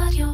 רדיו.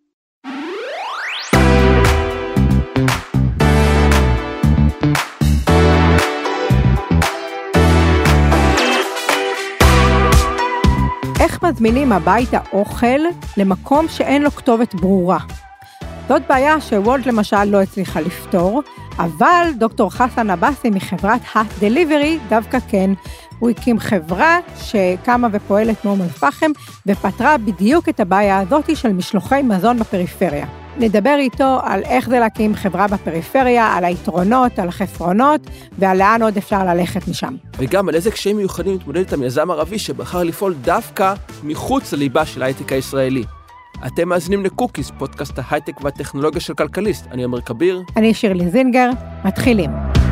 איך מזמינים הביתה אוכל למקום שאין לו כתובת ברורה? זאת בעיה שוולט למשל לא הצליחה לפתור, אבל דוקטור חסן עבאסי מחברת Hot Delivery דווקא כן. הוא הקים חברה שקמה ופועלת מאום אל-פחם, ופתרה בדיוק את הבעיה הזאת של משלוחי מזון בפריפריה. נדבר איתו על איך זה להקים חברה בפריפריה, על היתרונות, על החסרונות, ועל לאן עוד אפשר ללכת משם. וגם על איזה קשיים מיוחדים מתמודד איתם יזם ערבי שבחר לפעול דווקא מחוץ לליבה של ההייטק הישראלי. אתם מאזינים לקוקיס, פודקאסט ההייטק והטכנולוגיה של כלכליסט. אני עומר כביר. אני שירלי זינגר. מתחילים.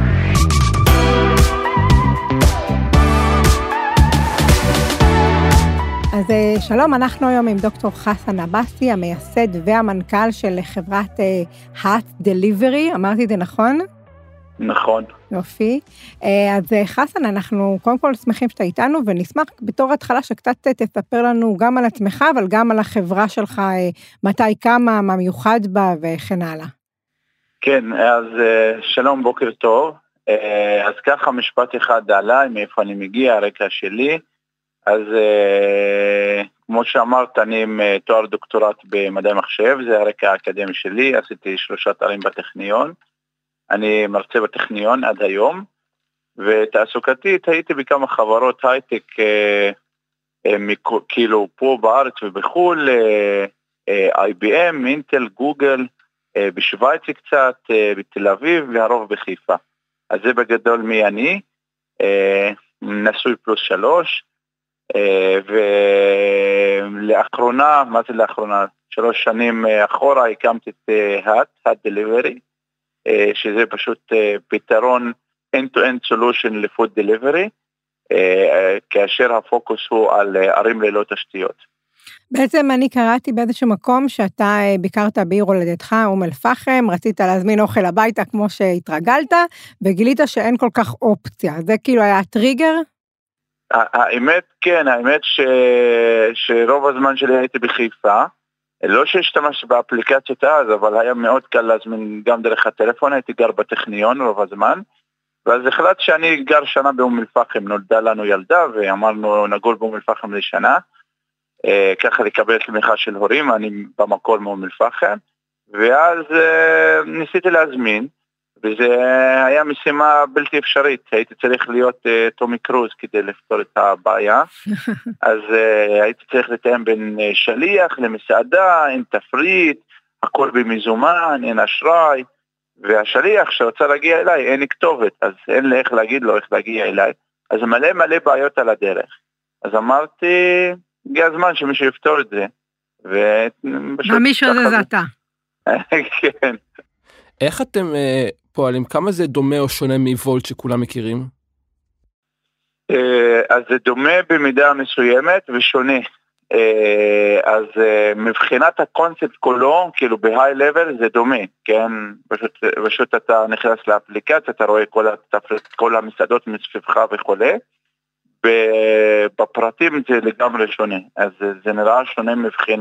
אז שלום, אנחנו היום עם דוקטור חסן עבאסי, המייסד והמנכ"ל של חברת Hot Delivery. אמרתי את זה נכון? נכון. יופי. אז חסן, אנחנו קודם כל שמחים שאתה איתנו, ונשמח בתור התחלה שקצת תספר לנו גם על עצמך, אבל גם על החברה שלך, מתי קמה, מה מיוחד בה וכן הלאה. כן, אז שלום, בוקר טוב. אז ככה משפט אחד עליי, מאיפה אני מגיע, הרקע שלי. אז כמו שאמרת, אני עם תואר דוקטורט במדעי מחשב, זה הרקע האקדמי שלי, עשיתי 3 תארים בטכניון. אני מרצה בטכניון עד היום, ותעסוקתית הייתי בכמה חברות הייטק, כאילו פה בארץ ובחול, IBM, אינטל, גוגל, בשוויץ קצת, בתל אביב, והרוב בחיפה. אז זה בגדול מי אני, נשוי +3, ולאחרונה, מה זה לאחרונה? 3 שנים אחורה הקמתי את Hot Delivery, שזה פשוט פתרון end-to-end solution ל-food delivery, כאשר הפוקוס הוא על ערים ללא תשתיות. בעצם אני קראתי באיזשהו מקום שאתה ביקרת בעיר הולדתך, אום אל-פחם, רצית להזמין אוכל הביתה כמו שהתרגלת, וגילית שאין כל כך אופציה. זה כאילו היה הטריגר? האמת, כן, האמת שרוב הזמן שלי הייתי בחיפה, לא שהשתמש באפליקציות אז, אבל היה מאוד קל להזמין גם דרך הטלפון, הייתי גר בטכניון רוב הזמן, ואז החלט שאני גר שנה באום אל-פחם, נולדה לנו ילדה, ואמרנו נגול באום אל-פחם לשנה, ככה לקבל תמיכה של הורים, אני במקור מאום אל-פחם, ואז ניסיתי להזמין, וזה היה משימה בלתי אפשרית, הייתי צריך להיות טומי קרוז כדי לפתור את הבעיה, אז הייתי צריך לתאם בין שליח למסעדה, אין תפריט, הכל במזומן, אין אשראי, והשליח שרצה להגיע אליי, אין כתובת, אז אין לי איך להגיד לו איך להגיע אליי, אז מלא בעיות על הדרך. אז אמרתי, הגיע הזמן שמישהו יפתור את זה, והמישהו הזה זה אתה. כן. איך אתם פועלים? כמה זה דומה או שונה מוולט שכולם מכירים? אז זה דומה במידה מסוימת ושונה. אז מבחינת הקונספט כולו, כאילו בהיי לבל זה דומה, כן? פשוט אתה נכנס לאפליקציה, אתה רואה כל המסעדות מסביבך וכו'. בפרטים זה לגמרי שונה. אז זה נראה שונה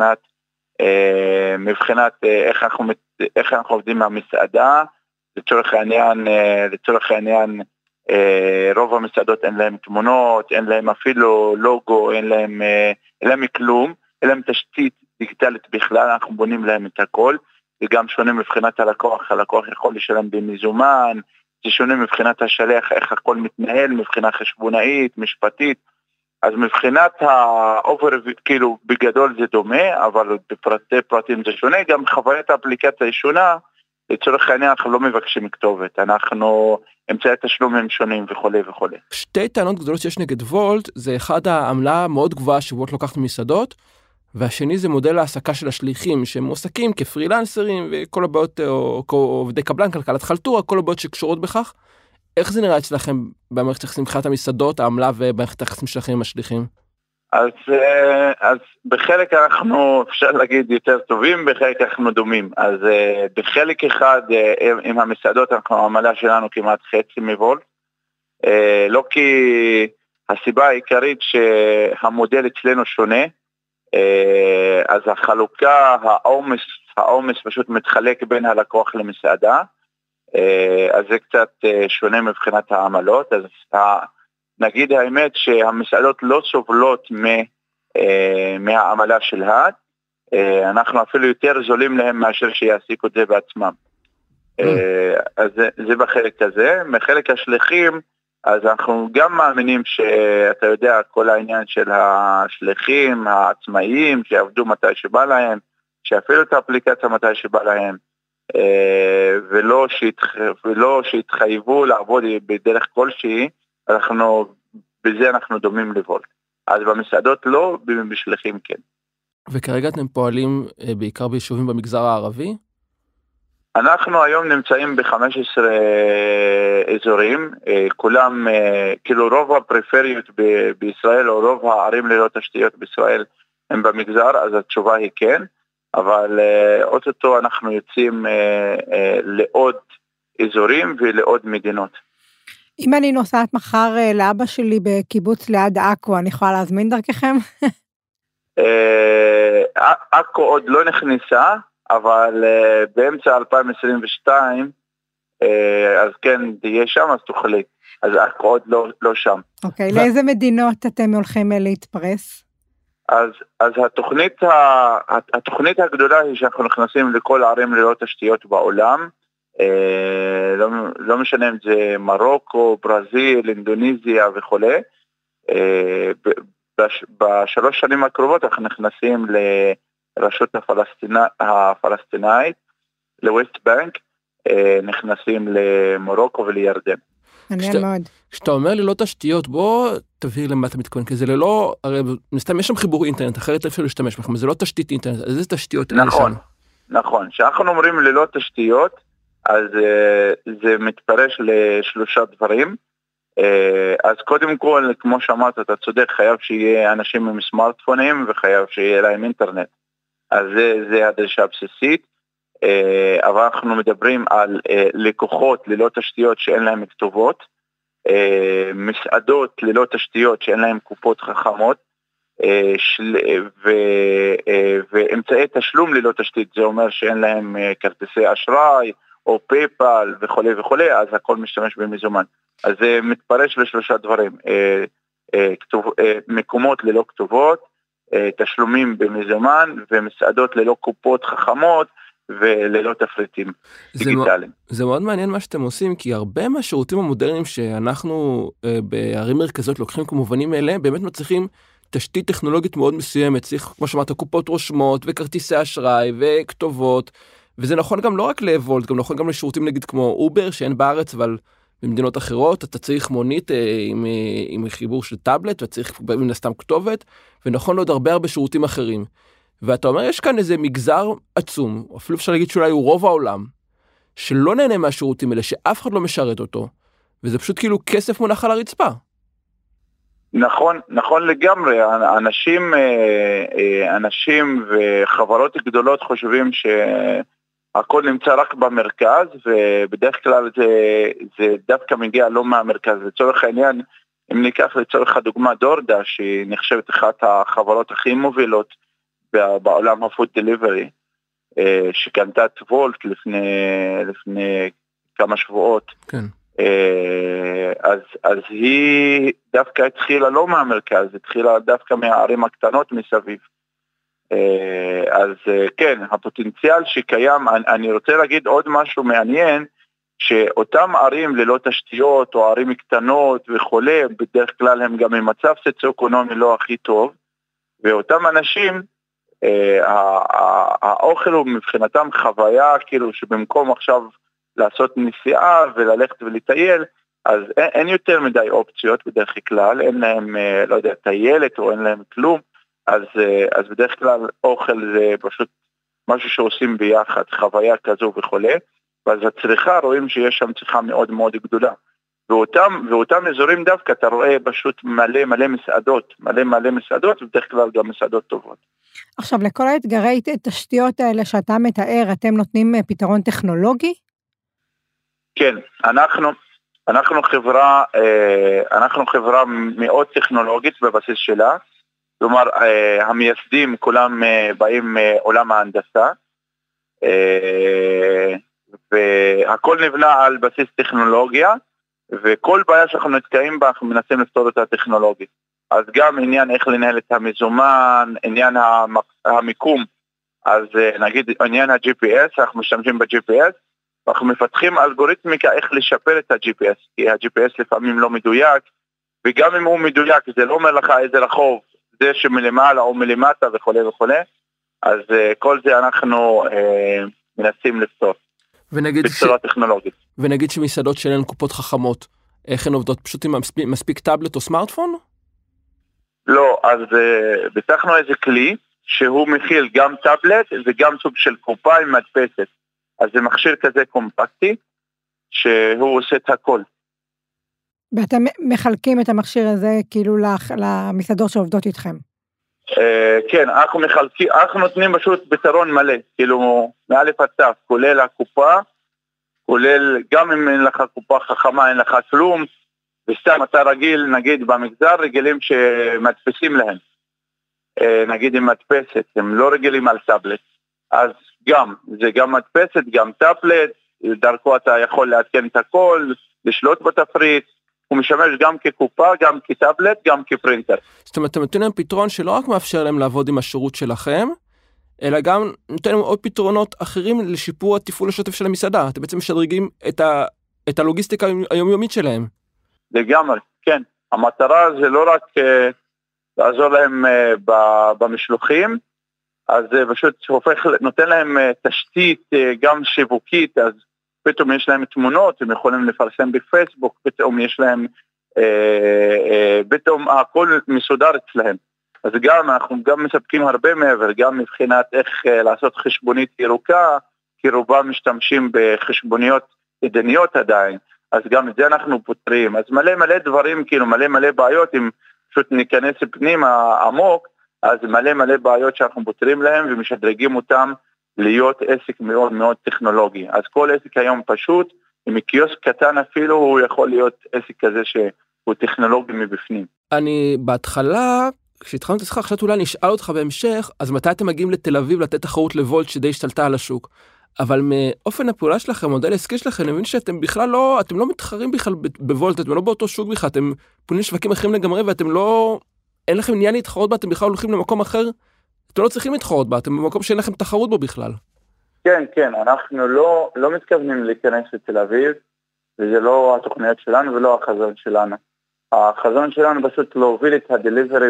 מבחינת איך אנחנו עובדים מהמסעדה. לצורך העניין, רוב המסעדות אין להם תמונות, אין להם אפילו לוגו, אין להם כלום, אין להם תשתית דיגיטלית בכלל, אנחנו בונים להם את הכל, זה גם שונה מבחינת הלקוח יכול לשלם במזומן, זה שונה מבחינת השליח, איך הכל מתנהל, מבחינה חשבונאית, משפטית, אז מבחינת כאילו בגדול זה דומה, אבל בפרטים זה שונה, גם חוויית האפליקציה היא שונה, לצורך העניין אנחנו לא מבקשים כתובת, אמצעי תשלום הם שונים וכו' וכו'. 2 טענות גדולות שיש נגד וולט, זה אחד העמלה מאוד גבוהה שוולט לוקחת ממסעדות, והשני זה מודל העסקה של השליחים, שהם מועסקים כפרילנסרים, וכל הבעיות, או עובדי קבלן, כלכלת חלטורה, כל הבעיות שקשורות בכך. איך זה נראה אצלכם במערכת היחסים מבחינת המסעדות, העמלה ובמערכת היחסים שלכם עם השליחים? אז בחלק אנחנו, אפשר להגיד, יותר טובים, בחלק אנחנו דומים. אז בחלק אחד, עם המסעדות, העמלה שלנו כמעט חצי מוולט. לא כי הסיבה העיקרית שהמודל אצלנו שונה, אז החלוקה, העומס פשוט מתחלק בין הלקוח למסעדה, אז זה קצת שונה מבחינת העמלות. אז נגיד האמת שהמסעדות לא סובלות מהעמלה של הד, אנחנו אפילו יותר זולים להם מאשר שיעסיקו את זה בעצמם. אז זה בחלק הזה. מחלק השליחים, אז אנחנו גם מאמינים שאתה יודע, כל העניין של השליחים, העצמאיים, שיעבדו מתי שבא להם, שיפעילו את האפליקציה מתי שבא להם, ולא שיתחייבו לעבוד בדרך כלשהי, בזה אנחנו דומים לוולט. אז במסעדות לא, בשליחים כן. וכרגע אתם פועלים בעיקר ביישובים במגזר הערבי? אנחנו היום נמצאים ב-15 אזורים, כולם, כאילו רוב הפריפריות בישראל, או רוב הערים ללא תשתיות בישראל הם במגזר, אז התשובה היא כן, אבל אוטוטו אנחנו יוצאים לעוד אזורים ולעוד מדינות. אם אני נוסעת מחר לאבא שלי בקיבוץ ליד עכו, אני יכולה להזמין דרככם? עכו עוד לא נכנסה, אבל באמצע 2022, אז כן, תהיה שם, אז תוכלי. אז עכו עוד לא שם. אוקיי, לאיזה מדינות אתם הולכים להתפרס? אז התוכנית הגדולה היא שאנחנו נכנסים לכל הערים ללא תשתיות בעולם, לא משנה אם זה מרוקו, ברזיל, אינדונזיה וכו'. בשלוש שנים הקרובות אנחנו נכנסים לרשות הפלסטינאית, לווסט בנק, נכנסים למרוקו ולירדן. מעניין מאוד. כשאתה אומר ללא תשתיות, בוא תבהיר למה אתה מתכוון, כי זה ללא, הרי מסתם יש שם חיבור אינטרנט, אחרת אפשר להשתמש בכם, זה לא תשתית אינטרנט, אז איזה תשתיות? נכון, כשאנחנו אומרים ללא תשתיות, אז זה מתפרש לשלושה דברים. אז קודם כל, כמו שאמרת, אתה צודק, חייב שיהיה אנשים עם סמארטפונים, וחייב שיהיה להם אינטרנט. אז זה הדרישה הבסיסית. אבל אנחנו מדברים על לקוחות ללא תשתיות שאין להם כתובות, מסעדות ללא תשתיות שאין להם קופות חכמות, ואמצעי תשלום ללא תשתית, זה אומר שאין להם כרטיסי אשראי או פייפל וכו' וכו', אז הכל משתמש במזומן. אז זה מתפרש לשלושה דברים, מקומות ללא כתובות, תשלומים במזומן, ומסעדות ללא קופות חכמות, וללא תפריטים דיגיטליים. זה מאוד מעניין מה שאתם עושים, כי הרבה מהשירותים המודרניים שאנחנו בערים מרכזיות לוקחים כמובנים מאליהם, באמת מצריכים תשתית טכנולוגית מאוד מסוימת, צריך, כמו שאמרת, קופות רושמות וכרטיסי אשראי וכתובות, וזה נכון גם לא רק לוולט, גם נכון גם לשירותים נגיד כמו אובר, שאין בארץ, אבל במדינות אחרות, אתה צריך מונית עם חיבור של טאבלט, וצריך מן הסתם כתובת, ונכון עוד הרבה שירותים אחרים. ואתה אומר, יש כאן איזה מגזר עצום, אפילו אפשר להגיד שאולי הוא רוב העולם, שלא נהנה מהשירותים האלה, שאף אחד לא משרת אותו, וזה פשוט כאילו כסף מונח על הרצפה. נכון לגמרי. אנשים וחברות גדולות חושבים שהכל נמצא רק במרכז, ובדרך כלל זה דווקא מגיע לא מהמרכז. לצורך העניין, אם ניקח לצורך הדוגמה דורדה, שהיא נחשבת אחת החברות הכי מובילות בעולם הפוד דליברי, שקנתה את וולט לפני כמה שבועות. כן. אז היא דווקא התחילה לא מהמרכז, התחילה דווקא מהערים הקטנות מסביב. אז כן, הפוטנציאל שקיים, אני רוצה להגיד עוד משהו מעניין, שאותם ערים ללא תשתיות או ערים קטנות וכולי, בדרך כלל הם גם במצב סוציו-אקונומי לא הכי טוב, ואותם אנשים, האוכל הוא מבחינתם חוויה, כאילו שבמקום עכשיו לעשות נסיעה וללכת ולטייל, אז אין יותר מדי אופציות בדרך כלל, אין להם, לא יודע, טיילת או אין להם כלום, אז בדרך כלל אוכל זה פשוט משהו שעושים ביחד, חוויה כזו וכו', ואז הצריכה, רואים שיש שם צריכה מאוד מאוד גדולה. ואותם אזורים דווקא אתה רואה פשוט מלא מסעדות, ובדרך כלל גם מסעדות טובות. עכשיו, לכל האתגרי תשתיות האלה שאתה מתאר, אתם נותנים פתרון טכנולוגי? כן, אנחנו חברה מאוד טכנולוגית בבסיס שלה, כלומר, המייסדים כולם באים מעולם ההנדסה, והכל נבנה על בסיס טכנולוגיה, וכל בעיה שאנחנו נתקעים בה, אנחנו מנסים לפתור אותה טכנולוגית. אז גם עניין איך לנהל את המזומן, עניין המיקום, אז נגיד עניין ה-GPS, אנחנו משתמשים ב-GPS, ואנחנו מפתחים אלגוריתמיקה איך לשפר את ה-GPS, כי ה-GPS לפעמים לא מדויק, וגם אם הוא מדויק, זה לא אומר לך איזה רחוב, זה שמלמעלה או מלמטה וכו' וכו', אז כל זה אנחנו מנסים לפתור. בצורה טכנולוגית. ונגיד שמסעדות שאין קופות חכמות, איך הן עובדות? פשוט עם מספיק טאבלט או סמארטפון? לא, אז פיתחנו איזה כלי שהוא מכיל גם טאבלט וגם סוג של קופה עם מדפסת. אז זה מכשיר כזה קומפקטי שהוא עושה את הכל. ואתם מחלקים את המכשיר הזה כאילו למסעדות שעובדות איתכם? כן, אנחנו נותנים פשוט פתרון מלא, כאילו מאלף עד תף, כולל הקופה, כולל גם אם אין לך קופה חכמה, אין לך כלום, וסתם אתה רגיל, נגיד במגזר, רגילים שמדפסים להם, נגיד עם מדפסת, הם לא רגילים על טאבלט, אז גם, זה גם מדפסת, גם טאבלט, דרכו אתה יכול לעדכן את הכל, לשלוט בתפריט, הוא משמש גם כקופה, גם כטאבלט, גם כפרינטר. זאת אומרת, אתם נותנים להם פתרון שלא רק מאפשר להם לעבוד עם השירות שלכם, אלא גם נותן להם עוד פתרונות אחרים לשיפור התפעול השוטף של המסעדה. אתם בעצם משדרגים את הלוגיסטיקה היומיומית שלהם. לגמרי, כן. המטרה זה לא רק לעזור להם במשלוחים, אז זה פשוט נותן להם תשתית גם שיווקית, אז פתאום יש להם תמונות, הם יכולים לפרסם בפייסבוק, פתאום יש להם, פתאום הכל מסודר אצלהם. אז גם אנחנו גם מספקים הרבה מעבר, גם מבחינת איך לעשות חשבונית ירוקה, כי רובם משתמשים בחשבוניות עדניות עדיין, אז גם את זה אנחנו פותרים. אז מלא דברים, כאילו מלא בעיות, אם פשוט ניכנס פנימה עמוק, אז מלא בעיות שאנחנו פותרים להם ומשדרגים אותם, להיות עסק מאוד מאוד טכנולוגי. אז כל עסק היום פשוט, עם קיוסק קטן אפילו, הוא יכול להיות עסק כזה שהוא טכנולוגי מבפנים. אני בהתחלה, כשהתחלנו את השיחה, חשבתי אולי נשאל אותך בהמשך, אז מתי אתם מגיעים לתל אביב לתת תחרות לוולט שדי השתלטה על השוק? אבל מאופן הפעולה שלכם, מודל העסקי שלכם, אני מבין שאתם בכלל לא, אתם לא מתחרים בכלל בוולט, אתם לא באותו שוק בכלל, אתם פונים לשווקים אחרים לגמרי, ואתם לא, אין לכם עניין להתחרות בה, אתם בכלל הולכים למקום אחר, אתם לא צריכים להתחרות בה, אתם במקום שאין לכם תחרות בו בכלל. כן, אנחנו לא מתכוונים להיכנס לתל אביב, וזה לא התוכניות שלנו ולא החזון שלנו. החזון שלנו פשוט להוביל את הדליברי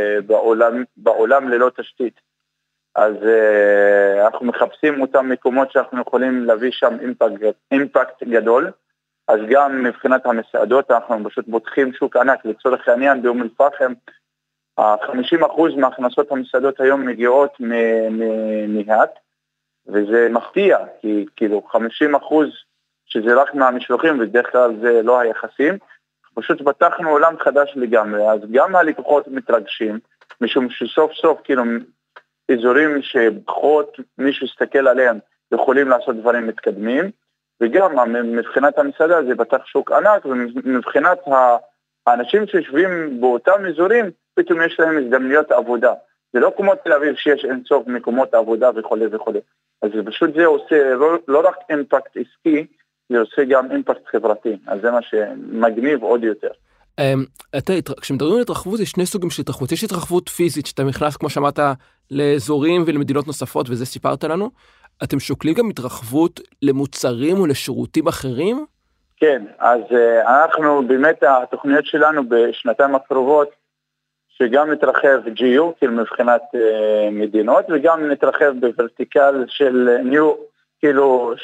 בעולם ללא תשתית. אז אנחנו מחפשים אותם מקומות שאנחנו יכולים להביא שם אימפקט גדול. אז גם מבחינת המסעדות אנחנו פשוט בוטחים שוק ענק, לצורך העניין באום אל-פחם, 50% מהכנסות המסעדות היום מגיעות מהת, וזה מפתיע, כי כאילו 50% שזה רק מהמשלוחים, ובדרך כלל זה לא היחסים, פשוט פתחנו עולם חדש לגמרי, אז גם הלקוחות מתרגשים, משום שסוף סוף כאילו אזורים שבחות מישהו יסתכל עליהם, יכולים לעשות דברים מתקדמים, וגם מבחינת המסעדה זה פתח שוק ענק, ומבחינת האנשים שיושבים באותם אזורים, פתאום יש להם הזדמנויות עבודה. זה לא כמו תל אביב שיש אינסוף מקומות עבודה וכו' וכו'. אז פשוט זה עושה לא רק אימפקט עסקי, זה עושה גם אימפקט חברתי. אז זה מה שמגניב עוד יותר. כשמדברים על התרחבות, יש שני סוגים של התרחבות. יש התרחבות פיזית, שאתה נכנס, כמו שאמרת, לאזורים ולמדינות נוספות, וזה סיפרת לנו. אתם שוקלים גם התרחבות למוצרים או לשירותים אחרים? כן, אז אנחנו באמת התוכניות שלנו בשנתיים הקרובות, שגם נתרחב GU, כאילו מבחינת מדינות, וגם נתרחב בוורטיקל של ניו, כאילו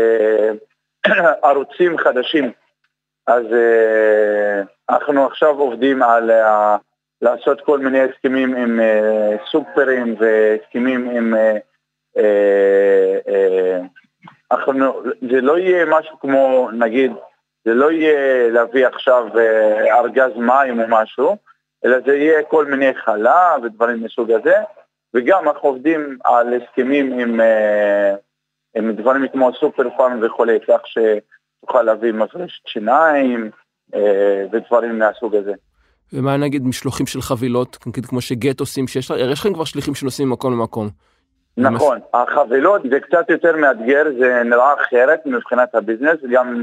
ערוצים חדשים. אז אנחנו עכשיו עובדים על לעשות כל מיני הסכמים עם סופרים והסכמים עם זה לא יהיה משהו כמו נגיד, זה לא יהיה להביא עכשיו ארגז מים או משהו, אלא זה יהיה כל מיני חלה ודברים מסוג הזה, וגם אנחנו עובדים על הסכמים עם דברים כמו סופר פארם וכו', כך שתוכל להביא מפרשת שיניים ודברים מהסוג הזה. ומה נגיד משלוחים של חבילות, כמו שגט עושים, יש לכם כבר שליחים שנוסעים ממקום למקום. נכון, החבילות זה קצת יותר מאתגר, זה נראה אחרת מבחינת הביזנס, גם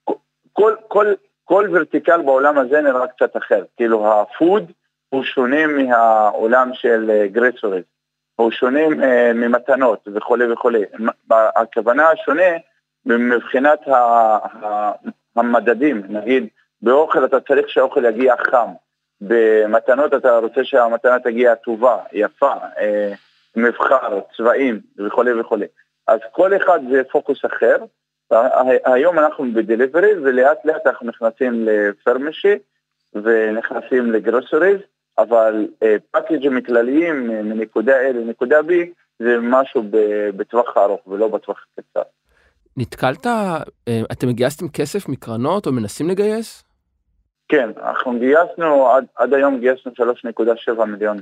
כל ורטיקל בעולם הזה נראה קצת אחר, כאילו הפוד הוא שונה מהעולם של גרסוריז, הוא שונה ממתנות וכו' וכו'. הכוונה השונה מבחינת המדדים, נגיד באוכל אתה צריך שהאוכל יגיע חם, במתנות אתה רוצה שהמתנה תגיע טובה, יפה, מבחר, צבעים וכו' וכו'. אז כל אחד זה פוקוס אחר. היום אנחנו בדליברי ולאט לאט אנחנו נכנסים לפרמשי ונכנסים לגרוסוריז, אבל פאקג'ים מכלליים מנקודה A לנקודה B זה משהו בטווח הארוך ולא בטווח הקצר. נתקלת, אתם גייסתם כסף מקרנות או מנסים לגייס? כן, אנחנו גייסנו, עד היום גייסנו $3.7 מיליון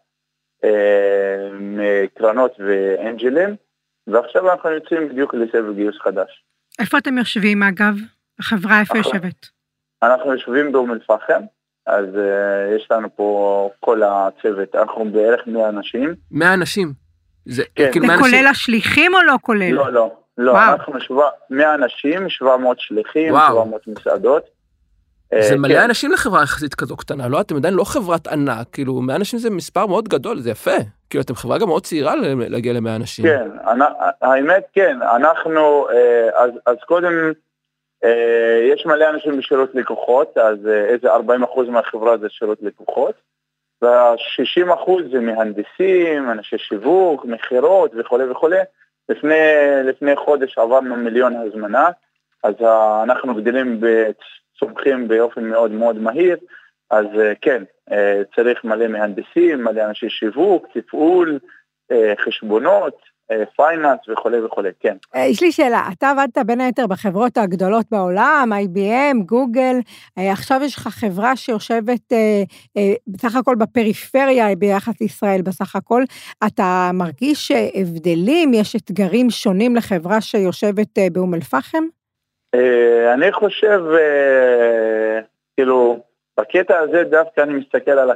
מקרנות ואנג'לים, ועכשיו אנחנו יוצאים בדיוק לסבב גיוס חדש. איפה אתם יושבים אגב? החברה איפה יושבת? אנחנו יושבים באום אל-פחם, אז יש לנו פה כל הצוות, אנחנו בערך 100 אנשים. 100 אנשים? זה כולל השליחים או לא כולל? לא, אנחנו 100 אנשים, 700 שליחים, 700 מסעדות. זה מלא אנשים לחברה יחסית כזו קטנה, לא? אתם עדיין לא חברת ענק, כאילו 100 אנשים זה מספר מאוד גדול, זה יפה. כאילו אתם חברה גם מאוד צעירה להגיע ל100 אנשים. כן, האמת כן, אנחנו, אז קודם, יש מלא אנשים בשירות לקוחות, אז איזה 40% מהחברה זה שירות לקוחות, וה-60% זה מהנדסים, אנשי שיווק, מחירות וכו' וכו'. לפני חודש עברנו 1,000,000 הזמנה, אז אנחנו גדלים צומחים באופן מאוד מאוד מהיר, אז כן, צריך מלא מהנדסים, מלא אנשי שיווק, תפעול, חשבונות, פייננס וכו' וכו', כן. יש לי שאלה, אתה עבדת בין היתר בחברות הגדולות בעולם, IBM, גוגל, עכשיו יש לך חברה שיושבת בסך הכל בפריפריה ביחס לישראל בסך הכל, אתה מרגיש הבדלים, יש אתגרים שונים לחברה שיושבת באום אל-פחם? אני חושב, כאילו, בקטע הזה דווקא אני מסתכל על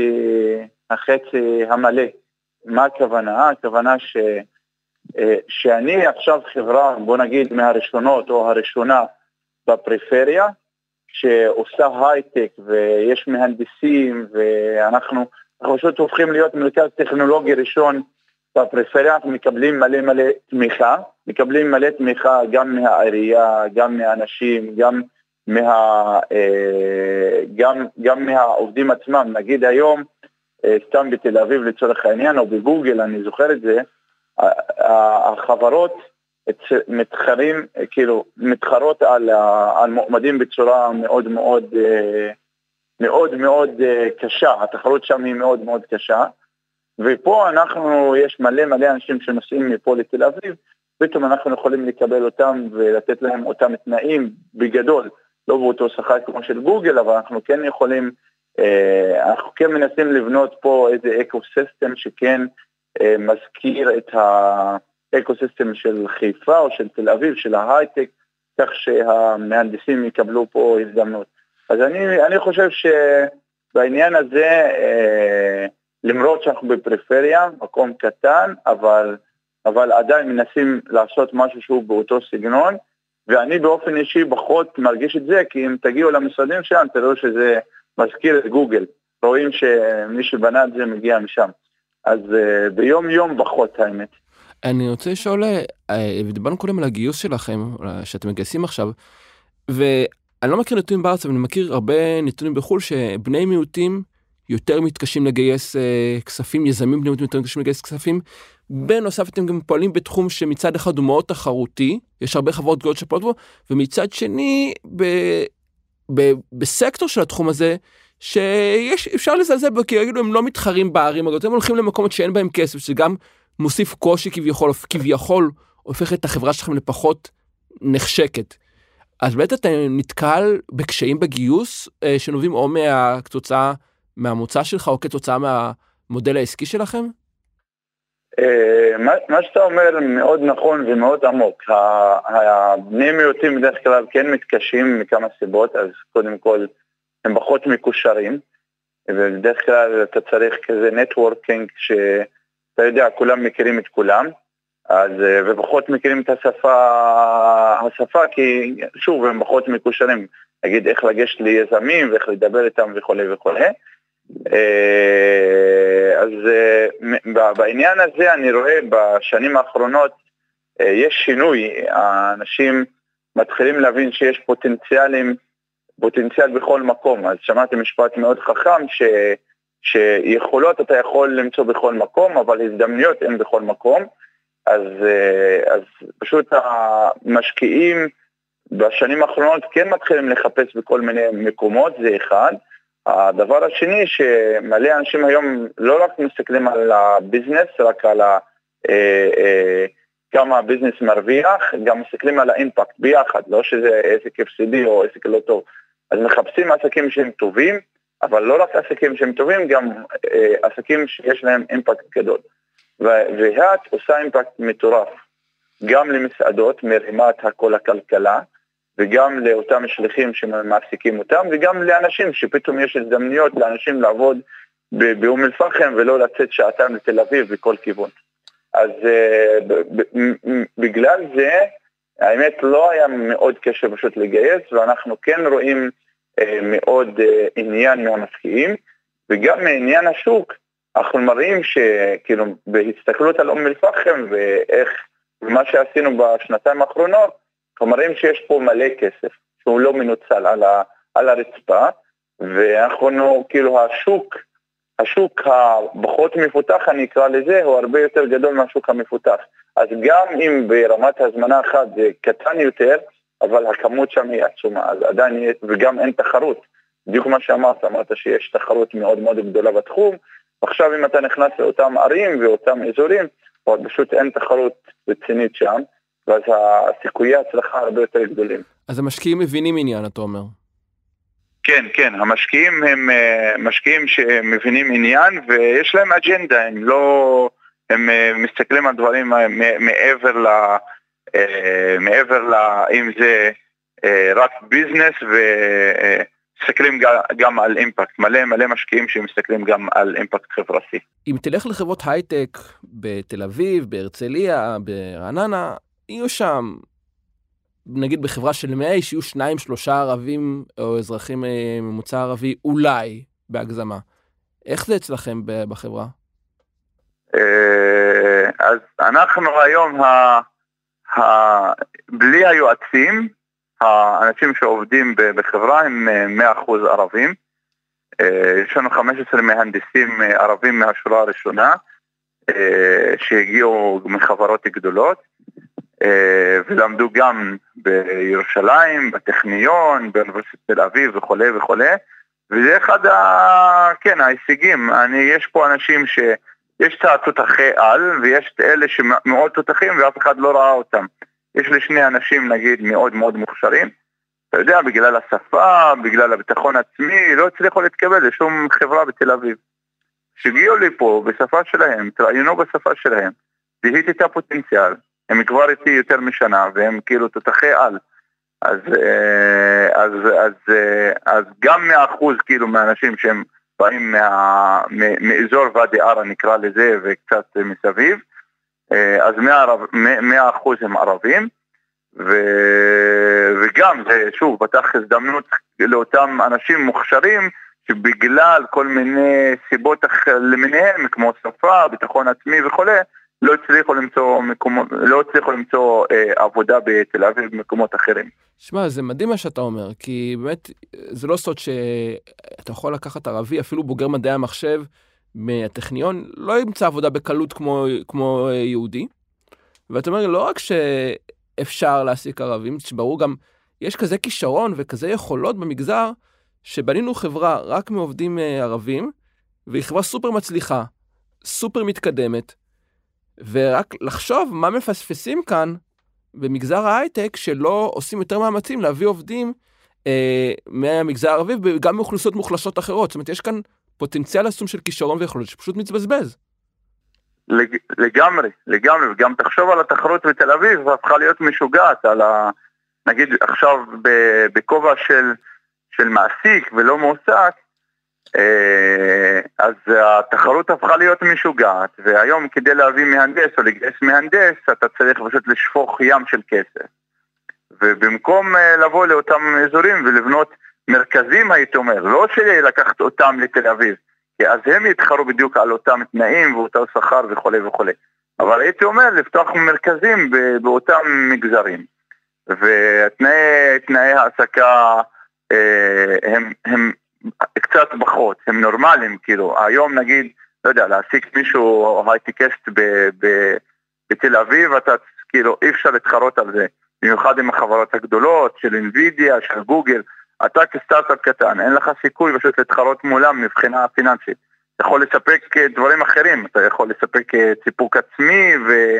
החצי המלא. מה הכוונה? הכוונה שאני עכשיו חברה, בוא נגיד מהראשונות או הראשונה בפריפריה, שעושה הייטק ויש מהנדסים, ואנחנו פשוט הופכים להיות מרכז טכנולוגי ראשון בפריפריה, אנחנו מקבלים מלא תמיכה, גם מהעירייה, גם מהאנשים, גם מהעובדים עצמם. נגיד היום, סתם בתל אביב לצורך העניין, או בגוגל, אני זוכר את זה, החברות מתחרות על מועמדים בצורה מאוד קשה, התחרות שם היא מאוד מאוד קשה, ופה יש מלא אנשים שנוסעים מפה לתל אביב, פתאום אנחנו יכולים לקבל אותם ולתת להם אותם תנאים בגדול, לא באותו שכר כמו של גוגל, אבל אנחנו כן יכולים, אנחנו כן מנסים לבנות פה איזה אקוסיסטם שכן מזכיר את האקוסיסטם של חיפה או של תל אביב, של ההייטק, כך שהמהנדסים יקבלו פה הזדמנות. אז אני חושב שבעניין הזה, למרות שאנחנו בפריפריה, מקום קטן, אבל עדיין מנסים לעשות משהו שהוא באותו סגנון, ואני באופן אישי פחות מרגיש את זה, כי אם תגיעו למשרדים שם, תראו שזה מזכיר את גוגל, רואים שמי שבנה את זה מגיע משם. אז ביום יום פחות האמת. אני רוצה לשאול, ודיברנו קודם על הגיוס שלכם, שאתם מגייסים עכשיו, ואני לא מכיר נתונים בארץ, אבל אני מכיר הרבה נתונים בחול, שבני מיעוטים יותר מתקשים לגייס כספים, יזמים בני מיעוטים יותר מתקשים לגייס כספים, בנוסף אתם גם פועלים בתחום שמצד אחד הוא מאוד תחרותי, יש הרבה חברות גדולות שפועלות בו, ומצד שני, בסקטור של התחום הזה, שאפשר לזלזל בו, כי הם לא מתחרים בערים הגדולות, הם הולכים למקומות שאין בהם כסף, שגם מוסיף קושי כביכול הופך את החברה שלכם לפחות נחשקת. אז באמת אתה נתקל בקשיים בגיוס, שנובעים או כתוצאה מהמוצא שלך, או כתוצאה מהמודל העסקי שלכם? מה שאתה אומר מאוד נכון ומאוד עמוק. הבני מיעוטים בדרך כלל כן מתקשים מכמה סיבות, אז קודם כל הם פחות מקושרים, ובדרך כלל אתה צריך כזה נטוורקינג שאתה יודע, כולם מכירים את כולם, אז, ופחות מכירים את השפה, כי שוב, הם פחות מקושרים, נגיד איך לגשת ליזמים ואיך לדבר איתם וכו' וכו'. אז בעניין הזה אני רואה בשנים האחרונות יש שינוי, האנשים מתחילים להבין שיש פוטנציאל בכל מקום. אז שמעתי משפט מאוד חכם שיכולות אתה יכול למצוא בכל מקום, אבל הזדמנויות אין בכל מקום. אז פשוט המשקיעים בשנים האחרונות כן מתחילים לחפש בכל מיני מקומות, זה אחד. הדבר השני שמלא אנשים היום לא רק מסתכלים על הביזנס, רק על כמה הביזנס מרוויח, גם מסתכלים על האימפקט ביחד, לא שזה עסק הפסידי או עסק לא טוב. אז מחפשים עסקים שהם טובים, אבל לא רק עסקים שהם טובים, גם עסקים שיש להם אימפקט גדול. והאת עושה אימפקט מטורף, גם למסעדות, מרימת הכל הכלכלה, וגם לאותם שליחים שמעסיקים אותם, וגם לאנשים שפתאום יש הזדמנויות לאנשים לעבוד באום אל-פחם, ולא לצאת שעתיים לתל אביב בכל כיוון. אז בגלל זה, האמת לא היה מאוד קשה פשוט לגייס, ואנחנו כן רואים מאוד עניין מהמשקיעים, וגם מעניין השוק, אנחנו מראים שכאילו בהסתכלות על אום אל-פחם, ואיך מה שעשינו בשנתיים האחרונות, אנחנו מראים שיש פה מלא כסף, שהוא לא מנוצל על הרצפה, ואנחנו כאילו השוק הפחות מפותח, אני אקרא לזה, הוא הרבה יותר גדול מהשוק המפותח. אז גם אם ברמת הזמנה אחת זה קטן יותר, אבל הכמות שם היא עצומה, אז עדיין, וגם אין תחרות. בדיוק מה אמרת שיש תחרות מאוד מאוד גדולה בתחום, עכשיו אם אתה נכנס לאותם ערים ואותם אזורים, פשוט אין תחרות רצינית שם, ואז הסיכויי הצלחה הרבה יותר גדולים. אז המשקיעים מבינים עניין, אתה אומר? כן, המשקיעים הם משקיעים שמבינים עניין, ויש להם אג'נדה, הם מסתכלים על דברים מעבר אם זה רק ביזנס, ומסתכלים גם על אימפקט, מלא משקיעים שמסתכלים גם על אימפקט חברתי. אם תלך לחברות הייטק בתל אביב, בהרצליה, ברעננה, יהיו שם, נגיד בחברה של 100, שיהיו 2-3 ערבים או אזרחים ממוצא ערבי, אולי בהגזמה. איך זה אצלכם בחברה? אז אנחנו היום, בלי היועצים, האנשים שעובדים בחברה הם 100% ערבים. יש לנו 15 מהנדסים ערבים מהשורה הראשונה, שהגיעו מחברות גדולות, ולמדו גם בירושלים, בטכניון, באוניברסיטת תל אביב וכו' וכו'. וזה אחד ההישגים. יש פה אנשים שיש את התותחי על, ויש את אלה שמאוד תותחים ואף אחד לא ראה אותם. יש לי שני אנשים נגיד מאוד מאוד מוכשרים, אתה יודע, בגלל השפה, בגלל הביטחון עצמי, לא הצליחו להתקבל לשום חברה בתל אביב. שהגיעו לי פה בשפה שלהם, תראיינו בשפה שלהם, זיהיתי את הפוטנציאל, הם כבר איתי יותר משנה, והם כאילו תותחי על. אז גם 100% כאילו מהאנשים שהם באים מאזור ואדי ערה נקרא לזה, וקצת מסביב, אז 100% הם ערבים, וגם זה שוב פתח הזדמנות לאותם אנשים מוכשרים, שבגלל כל מיני סיבות למיניהם, כמו שפה, ביטחון עצמי וכו', לא הצליחו למצוא עבודה בתל אביב במקומות אחרים. שמע, זה מדהים מה שאתה אומר, כי באמת זה לא סוד שאתה יכול לקחת ערבי, אפילו בוגר מדעי המחשב מהטכניון, לא ימצא עבודה בקלות כמו יהודי. ואתה אומר, לא רק שאפשר להעסיק ערבים, שברור גם, יש כזה כישרון וכזה יכולות במגזר, שבנינו חברה רק מעובדים ערבים, והיא חברה סופר מצליחה, סופר מתקדמת, ורק לחשוב מה מפספסים כאן במגזר ההייטק, שלא עושים יותר מאמצים להביא עובדים מהמגזר הערבי, וגם מאוכלוסיות מוחלשות אחרות. זאת אומרת, יש כאן פוטנציאל עצום של כישרון ויכולות, שפשוט מתבזבז. לגמרי, וגם תחשוב על התחרות בתל אביב, והפכה להיות משוגעת, נגיד עכשיו בכובע של מעסיק ולא מועסק, אז התחרות הפכה להיות משוגעת, והיום כדי להביא מהנדס או לגייס מהנדס, אתה צריך פשוט לשפוך ים של כסף. ובמקום לבוא לאותם אזורים ולבנות מרכזים, הייתי אומר, לא שלקחת אותם לתל אביב, כי אז הם יתחרו בדיוק על אותם תנאים ואותו שכר וכו' וכו'. אבל הייתי אומר לפתוח מרכזים באותם מגזרים. ותנאי העסקה הם קצת פחות, הם נורמליים, כאילו, היום נגיד, לא יודע, להעסיק מישהו הייטקיסט בתל אביב, אתה כאילו, אי אפשר להתחרות על זה, במיוחד עם החברות הגדולות של אינווידיה, של גוגל, אתה כסטארט-אפ קטן, אין לך סיכוי פשוט להתחרות מולם מבחינה פיננסית, אתה יכול לספק דברים אחרים, אתה יכול לספק סיפוק עצמי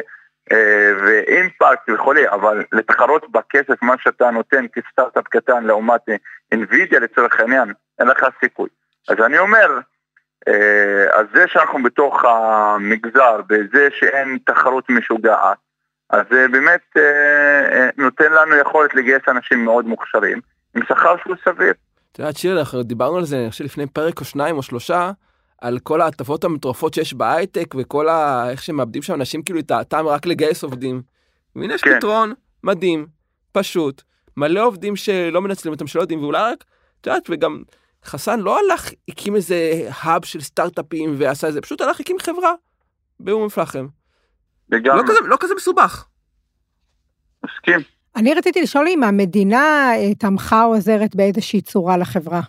ואימפקט וכולי, אבל לתחרות בכסף מה שאתה נותן כסטארט-אפ קטן לעומת אינווידיה לצורך העניין, אין לך סיכוי. אז אני אומר, אז זה שאנחנו בתוך המגזר, בזה שאין תחרות משוגעת, אז זה באמת נותן לנו יכולת לגייס אנשים מאוד מוכשרים, עם שכר שהוא סביר. אתה יודעת שיר, אנחנו דיברנו על זה, אני חושב לפני פרק או 2 או 3, על כל ההטבות המטורפות שיש בהייטק, וכל איך שמאבדים שם אנשים כאילו את הטעם רק לגייס עובדים. והנה יש פתרון מדהים, פשוט, מלא עובדים שלא מנצלים אותם, שלא יודעים, ואולי רק, את יודעת, וגם חסן לא הלך, הקים איזה האב של סטארט-אפים ועשה איזה, פשוט הלך, הקים חברה באום אל-פחם. לא כזה מסובך. מסכים. אני רציתי לשאול אם המדינה תמכה או עוזרת באיזושהי צורה לחברה.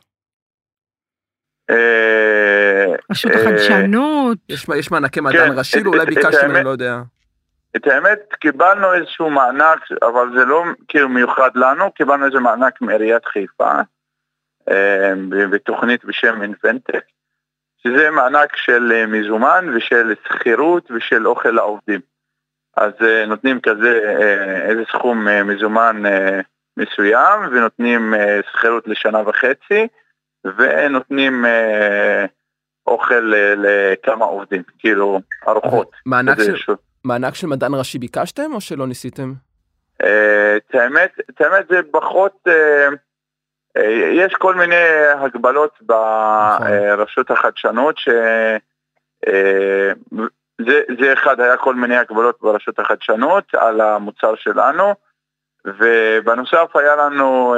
רשות החדשנות. יש מענקי מדען ראשי, אולי ביקשתם, אני לא יודע. את האמת, קיבלנו איזשהו מענק, אבל זה לא כאילו מיוחד לנו, קיבלנו איזה מענק מעיריית חיפה, בתוכנית בשם אינבנטק, שזה מענק של מזומן ושל שכירות ושל אוכל לעובדים. אז נותנים כזה איזה סכום מזומן מסוים, ונותנים שכירות לשנה וחצי, ונותנים אוכל לכמה עובדים, כאילו ארוחות. מענק של מדען ראשי ביקשתם או שלא ניסיתם? את האמת זה פחות, יש כל מיני הגבלות ברשות החדשנות, זה אחד, היה כל מיני הגבלות ברשות החדשנות על המוצר שלנו, ובנוסף היה לנו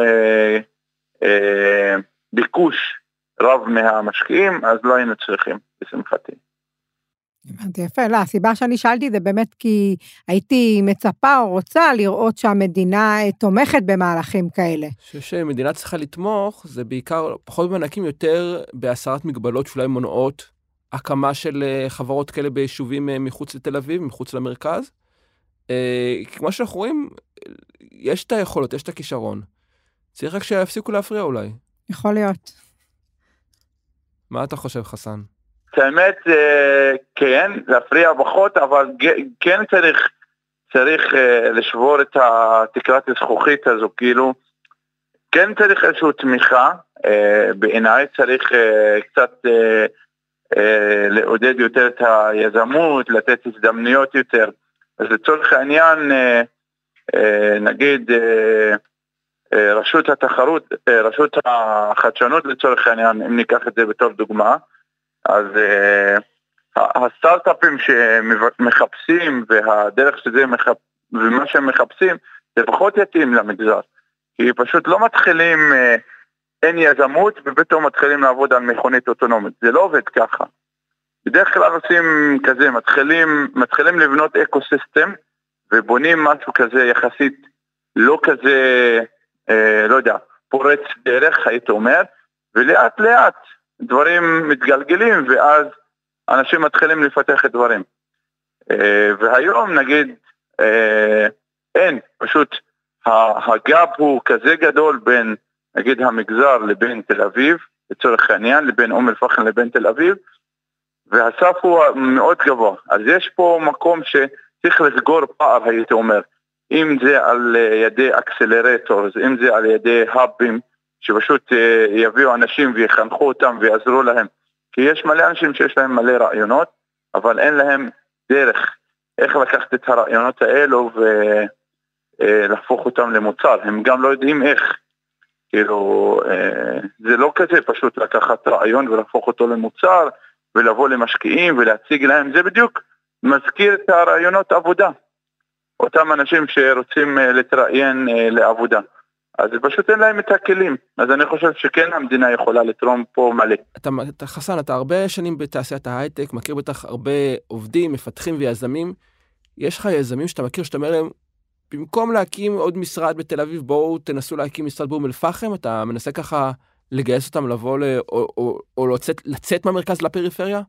ביקוש רב מהמשקיעים, אז לא היינו צריכים, בשמחתי. הבנתי, יפה, לא, הסיבה שאני שאלתי זה באמת כי הייתי מצפה או רוצה לראות שהמדינה תומכת במהלכים כאלה. שמדינה צריכה לתמוך, זה בעיקר פחות במענקים, יותר בהסרת מגבלות שאולי מונעות הקמה של חברות כאלה ביישובים מחוץ לתל אביב, מחוץ למרכז. כמו שאנחנו רואים, יש את היכולות, יש את הכישרון. צריך רק שיפסיקו להפריע אולי. יכול להיות. מה אתה חושב, חסן? האמת, כן, להפריע פחות, אבל כן צריך לשבור את התקרת הזכוכית הזו, כאילו, כן צריך איזושהי תמיכה, בעיניי צריך קצת לעודד יותר את היזמות, לתת הזדמנויות יותר. אז לצורך העניין, נגיד, רשות החדשנות לצורך העניין, אם ניקח את זה בתור דוגמה, אז הסטארט-אפים שמחפשים והדרך שזה ומה שהם מחפשים, זה פחות יתאים למגזר. כי פשוט לא מתחילים, אין יזמות, ופתאום מתחילים לעבוד על מכונית אוטונומית. זה לא עובד ככה. בדרך כלל עושים כזה, מתחילים לבנות אקוסיסטם, ובונים משהו כזה יחסית לא כזה, לא יודע, פורץ דרך, הייתי אומר, ולאט לאט דברים מתגלגלים, ואז אנשים מתחילים לפתח את דברים. והיום נגיד, אין, פשוט הגאפ הוא כזה גדול בין, נגיד, המגזר לבין תל אביב, לצורך העניין, לבין אום אל-פחם לבין תל אביב, והסף הוא מאוד גבוה. אז יש פה מקום שצריך לסגור פער, הייתי אומר, אם זה על ידי אקסלרטורס, אם זה על ידי האבים, שפשוט יביאו אנשים ויחנכו אותם ויעזרו להם. כי יש מלא אנשים שיש להם מלא רעיונות, אבל אין להם דרך איך לקחת את הרעיונות האלו ולהפוך אותם למוצר. הם גם לא יודעים איך. כאילו, זה לא כזה פשוט לקחת רעיון ולהפוך אותו למוצר, ולבוא למשקיעים ולהציג להם, זה בדיוק מזכיר את הרעיונות עבודה. אותם אנשים שרוצים להתראיין לעבודה. אז פשוט אין להם את הכלים. אז אני חושב שכן המדינה יכולה לתרום פה מלא. חסן, אתה הרבה שנים בתעשיית ההייטק, מכיר בטח הרבה עובדים, מפתחים ויזמים. יש לך יזמים שאתה מכיר, שאתה אומר להם, במקום להקים עוד משרד בתל אביב, בואו תנסו להקים משרד באום אל-פחם, אתה מנסה ככה לגייס אותם לבוא או לצאת מהמרכז לפריפריה?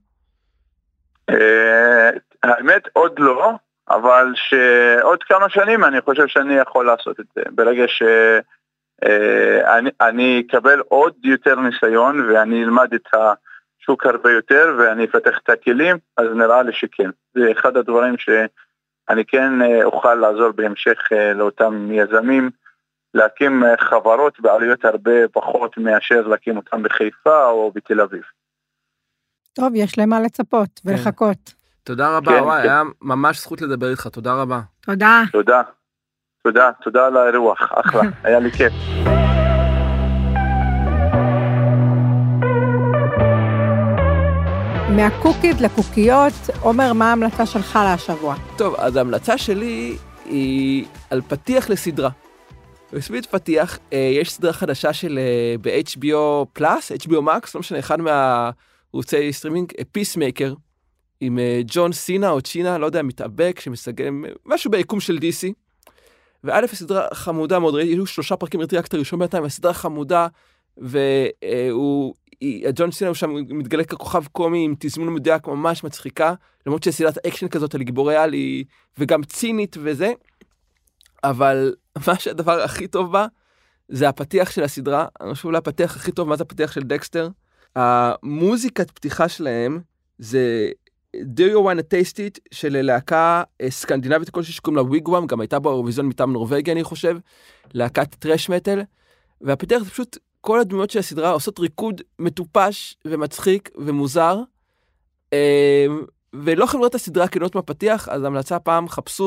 האמת עוד לא, אבל שעוד כמה שנים אני חושב שאני יכול לעשות את זה. ברגע שאני אקבל עוד יותר ניסיון ואני אלמד את השוק הרבה יותר ואני אפתח את הכלים, אז נראה לי שכן. זה אחד הדברים שאני כן אוכל לעזור בהמשך לאותם יזמים, להקים חברות בעלויות הרבה פחות מאשר להקים אותם בחיפה או בתל אביב. טוב, יש להם מה לצפות ולחכות. תודה רבה, וואי, היה ממש זכות לדבר איתך, תודה רבה. תודה. תודה על האירוח, אחלה, היה לי כיף. מהקוקיז לקוקיות, עומר, מה ההמלצה שלך להשבוע? טוב, אז ההמלצה שלי היא על פתיח לסדרה. בסביב פתיח, יש סדרה חדשה של ב-HBO פלאס, HBO Max, לא משנה, אחד מהערוצי סטרימינג, פיסמייקר, עם ג'ון סינה או צ'ינה, לא יודע, מתאבק, שמסגם משהו ביקום של DC. וא' הסדרה חמודה מאוד, היו 3 פרקים, ראיתי רק את הראשון בינתיים, הסדרה חמודה, ג'ון סינה הוא שם מתגלה ככוכב קומי עם תזמון מדויק ממש מצחיקה, למרות שסדרת אקשן כזאת על גיבורי על היא וגם צינית וזה, אבל מה שהדבר הכי טוב בה, זה הפתיח של הסדרה, אני חושב הפתיח הכי טוב, מה זה הפתיח של דקסטר? המוזיקת פתיחה שלהם, זה Do You Want to Taste It, של להקה סקנדינבית כלשהי שקוראים לה ויגוואם, גם הייתה באירוויזיון מטעם נורווגיה אני חושב, להקת טרש מטל, והפתיח זה פשוט כל הדמויות של הסדרה עושות ריקוד מטופש ומצחיק ומוזר, ולא יכולים לראות את הסדרה כנות מהפתיח, אז המלצה פעם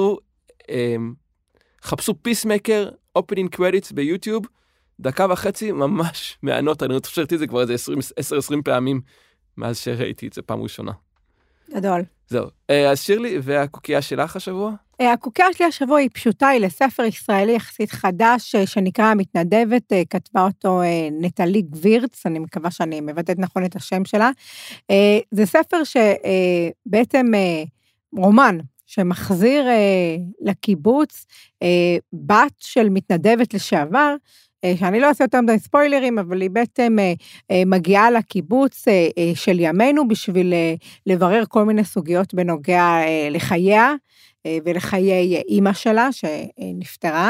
חפשו פיסמקר, אופנינג קרדיטס ביוטיוב, 1.5 דקות ממש מענות, אני חושב שראיתי את זה כבר איזה 10-20 פעמים, מאז שראיתי את זה פעם ראשונה. גדול. זהו. אז שירלי, והקוקייה שלך השבוע? הקוקייה שלי השבוע היא פשוטה, היא לספר ישראלי יחסית חדש, שנקרא המתנדבת, כתבה אותו נטלי גבירץ, אני מקווה שאני מבטאת נכון את השם שלה. זה ספר שבעצם רומן, שמחזיר לקיבוץ בת של מתנדבת לשעבר, שאני לא אעשה יותר מדי ספוילרים, אבל היא בעצם מגיעה לקיבוץ של ימינו, בשביל לברר כל מיני סוגיות בנוגע לחייה, ולחיי אימא שלה שנפטרה,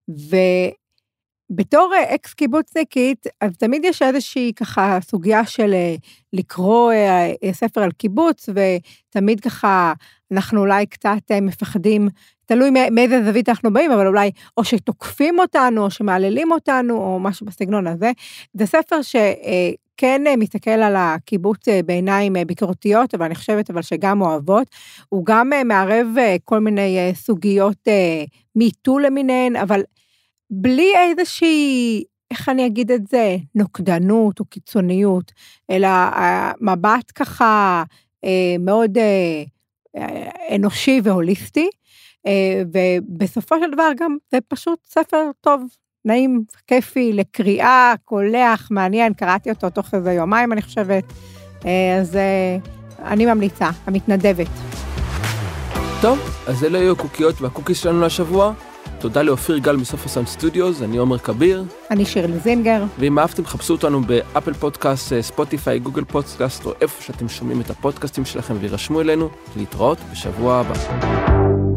ובתור אקס קיבוצניקית, אז תמיד יש איזושהי ככה סוגיה של לקרוא ספר על קיבוץ, ותמיד ככה אנחנו אולי קצת מפחדים, תלוי מאיזה זווית אנחנו באים, אבל אולי או שתוקפים אותנו, או שמעללים אותנו, או משהו בסגנון הזה. זה ספר שכן מסתכל על הקיבוץ בעיניים ביקורתיות, אבל אני חושבת שגם אוהבות. הוא גם מערב כל מיני סוגיות מיטו למיניהן, אבל בלי איזושהי, איך אני אגיד את זה, נוקדנות או קיצוניות, אלא מבט ככה מאוד אנושי והוליסטי, ובסופו של דבר גם זה פשוט ספר טוב, נעים, כיפי, לקריאה, קולח, מעניין, קראתי אותו תוך איזה יומיים אני חושבת, אז אני ממליצה, המתנדבת. טוב, אז אלה היו הקוקיות והקוקיס שלנו לשבוע. תודה לאופיר גל מסוף הסאונד סטודיוס, אני עומר כביר. אני שירלי זינגר. ואם אהבתם, חפשו אותנו באפל פודקאסט, ספוטיפיי, גוגל פודקאסט, או איפה שאתם שומעים את הפודקאסטים שלכם וירשמו אלינו. להתראות בשבוע הבא.